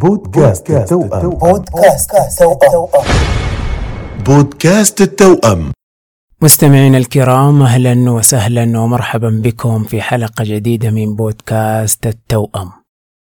بودكاست التوأم. بودكاست التوأم. مستمعين الكرام، أهلا وسهلا ومرحبا بكم في حلقة جديدة من بودكاست التوأم.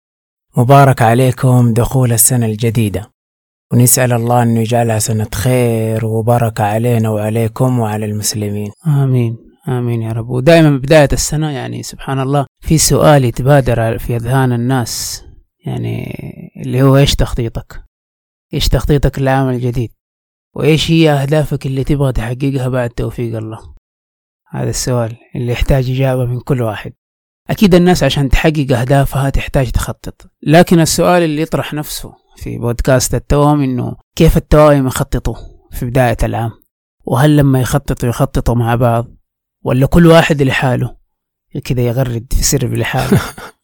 مبارك عليكم دخول السنة الجديدة، ونسأل الله أنه يجعلها سنة خير وبركة علينا وعليكم وعلى المسلمين. آمين آمين يا رب. ودائما بداية السنة يعني سبحان الله في سؤال يتبادر في أذهان الناس، يعني اللي هو إيش تخطيطك؟ إيش تخطيطك للعام الجديد؟ وإيش هي أهدافك اللي تبغى تحققها بعد توفيق الله؟ هذا السؤال اللي يحتاج إجابة من كل واحد. أكيد الناس عشان تحقق أهدافها تحتاج تخطط، لكن السؤال اللي يطرح نفسه في بودكاست التوأم إنه كيف التوائم يخططوا في بداية العام؟ وهل لما يخططوا مع بعض، ولا كل واحد لحاله كده يغرد في سر لحاله؟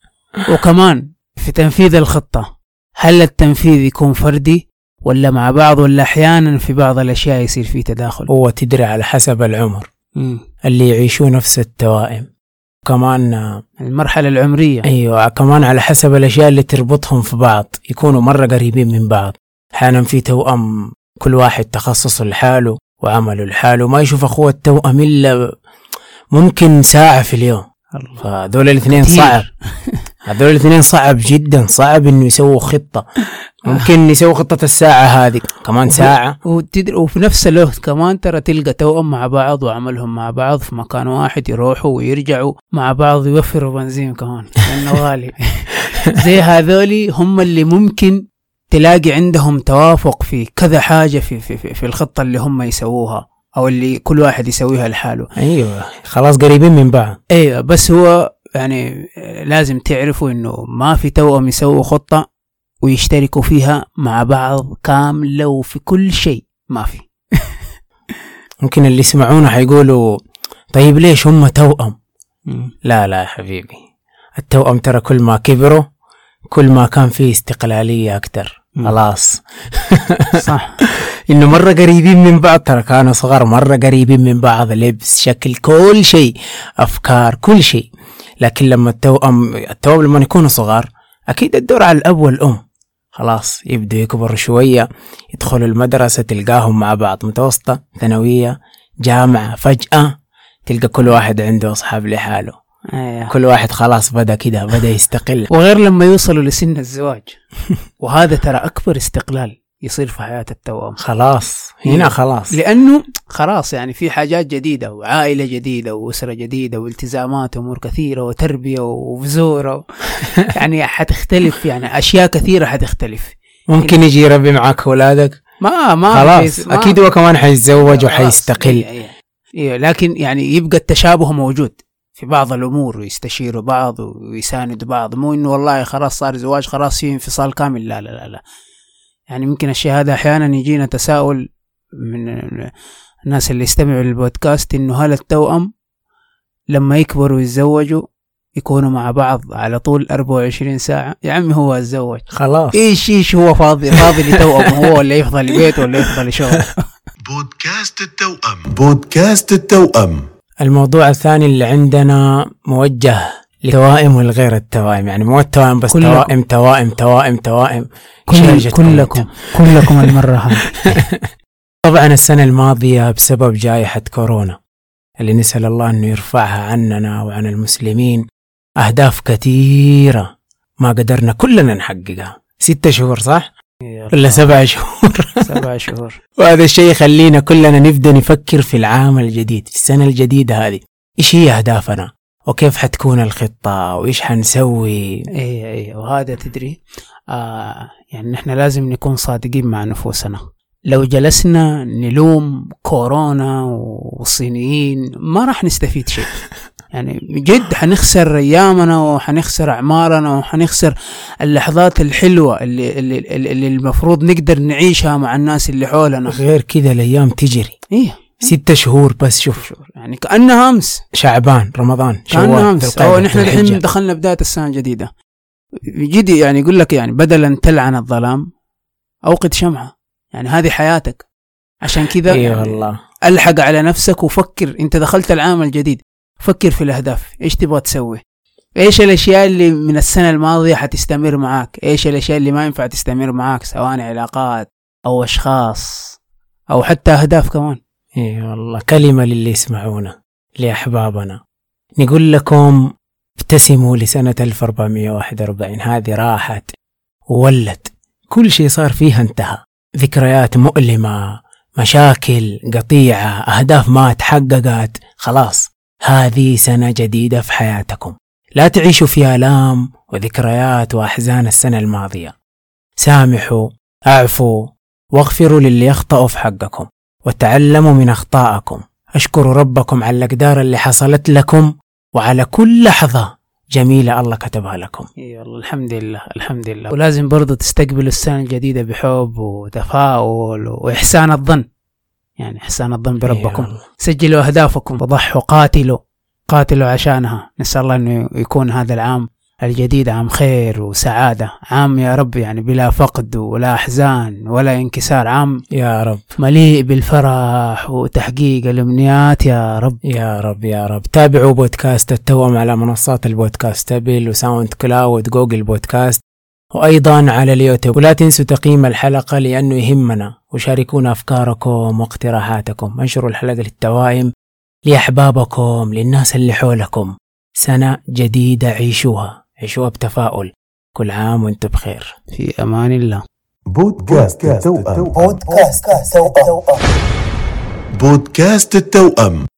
وكمان في تنفيذ الخطة، هل التنفيذ يكون فردي ولا مع بعض، ولا أحيانا في بعض الأشياء يصير فيه تداخل؟ هو تدري على حسب العمر اللي يعيشوا نفس التوائم، كمان المرحلة العمرية. أيوة، كمان على حسب الأشياء اللي تربطهم في بعض، يكونوا مرة قريبين من بعض. أحيانا في توأم كل واحد تخصصه لحاله وعمله لحاله، ما يشوف أخوه التوأم إلا ممكن ساعة في اليوم. فهذول الاثنين صعب، هذول الاثنين صعب جدا، صعب إنه يسووا خطة. ممكن يسووا خطة الساعة هذه كمان ساعة، وفي نفس الوقت كمان ترى تلقى توأم مع بعض وعملهم مع بعض في مكان واحد، يروحوا ويرجعوا مع بعض، يوفروا بنزين كمان لأنه غالي. زي هذولي هم اللي ممكن تلاقي عندهم توافق في كذا حاجة في الخطة اللي هم يسووها، أو اللي كل واحد يسويها لحاله. أيوة خلاص قريبين من بعض. أيوة، بس هو يعني لازم تعرفوا إنه ما في توأم يسووا خطة ويشتركوا فيها مع بعض كاملة وفي كل شيء، ما في. ممكن اللي يسمعونا حيقولوا طيب ليش هم توأم؟ لا يا حبيبي، التوأم ترى كل ما كبروا كل ما كان فيه استقلالية أكتر. خلاص. صح. إنه مرة قريبين من بعض، ترى كانوا صغار مرة قريبين من بعض، لبس، شكل، كل شيء، أفكار، كل شيء. لكن لما التوأم لما يكونوا صغار، أكيد الدور على الأب والأم. خلاص يبدأ يكبروا شوية، يدخلوا المدرسة، تلقاهم مع بعض، متوسطة، ثانوية، جامعة، فجأة تلقى كل واحد عنده أصحاب لحاله. كل واحد خلاص بدأ يستقل. وغير لما يوصلوا لسن الزواج، وهذا ترى أكبر استقلال يصير في حياة التوأم. خلاص هنا خلاص، لأنه خلاص يعني في حاجات جديدة وعائلة جديدة وأسرة جديدة والتزامات وأمور كثيرة وتربية وفزورة. يعني حتختلف، يعني أشياء كثيرة حتختلف. ممكن يجي يربي معك أولادك، ما خلاص أكيد هو كمان حيتزوج وحيستقل. إيه، لكن يعني يبقى التشابه موجود في بعض الأمور، ويستشيروا بعض ويساندوا بعض. مو إنه والله خلاص صار زواج خلاص فيه انفصال كامل، لا لا لا. يعني ممكن الشيء هذا أحيانا يجينا تساؤل من الناس اللي يستمعوا للبودكاست، إنه هل التوأم لما يكبروا ويتزوجوا يكونوا مع بعض على طول 24 ساعة؟ يا عمي هو الزوج خلاص، إيش هو فاضي لتوأم؟ هو اللي يفضل لبيته ولا يفضل لشغل؟ بودكاست التوأم. بودكاست التوأم. الموضوع الثاني اللي عندنا موجه للتوائم والغير التوائم، يعني مو التوائم بس، توائم كلكم المرة هذه. طبعا السنة الماضية بسبب جائحة كورونا اللي نسأل الله أنه يرفعها عننا وعن المسلمين، أهداف كثيرة ما قدرنا كلنا نحققها. 6 شهور صح؟ ولا 7 شهور؟ 7 شهور. وهذا الشيء يخلينا كلنا نبدأ نفكر في العام الجديد، في السنة الجديدة هذه، إيش هي أهدافنا وكيف حتكون الخطة وإيش حنسوي. إيه وهذا تدري يعني نحن لازم نكون صادقين مع نفوسنا. لو جلسنا نلوم كورونا والصينيين ما راح نستفيد شيء. يعني جد حنخسر أيامنا وحنخسر أعمارنا وحنخسر اللحظات الحلوة اللي المفروض نقدر نعيشها مع الناس اللي حولنا. غير كذا الأيام تجري. 6 شهور بس، شوف يعني كأنها أمس. شعبان، رمضان، شوال، أو نحن الحين دخلنا بداية السنة الجديدة. جدي يعني يقول لك يعني بدلا تلعن الظلام أوقد شمعة. يعني هذه حياتك، عشان كذا يعني والله ألحق على نفسك وفكر. أنت دخلت العام الجديد، فكر في الأهداف، إيش تبغى تسوي، ايش الاشياء اللي من السنة الماضية حتستمر معاك، ايش الاشياء اللي ما ينفع تستمر معاك، سواء علاقات او اشخاص او حتى اهداف كمان. اي والله كلمة للي يسمعونا، لأحبابنا، نقول لكم ابتسموا لسنة 1441. هذه راحت وولت، كل شيء صار فيها انتهى، ذكريات مؤلمة، مشاكل، قطيعة، أهداف ما تحققت، خلاص هذه سنة جديدة في حياتكم. لا تعيشوا في آلام وذكريات وأحزان السنة الماضية. سامحوا، اعفوا، واغفروا للي يخطئوا في حقكم، وتعلموا من أخطائكم. اشكروا ربكم على الأقدار اللي حصلت لكم وعلى كل لحظة جميلة الله كتبها لكم. والله الحمد لله الحمد لله. ولازم برضو تستقبلوا السنة الجديدة بحب وتفاؤل وإحسان الظن، يعني إحسان الظن بربكم. سجلوا أهدافكم وضحوا، قاتلوا عشانها. نسأل الله أنه يكون هذا العام الجديد عام خير وسعادة، عام يا رب يعني بلا فقد ولا أحزان ولا انكسار، عام يا رب مليء بالفرح وتحقيق الأمنيات يا رب يا رب يا رب. تابعوا بودكاست التوأم على منصات البودكاستابل وساوند كلاود، جوجل بودكاست، وأيضا على اليوتيوب. ولا تنسوا تقييم الحلقة لأنه يهمنا، وشاركونا أفكاركم واقتراحاتكم. انشروا الحلقة للتوائم، لأحبابكم، للناس اللي حولكم. سنة جديدة عيشوها بتفاؤل. كل عام وانتم بخير، في أمان الله. بودكاست التوأم.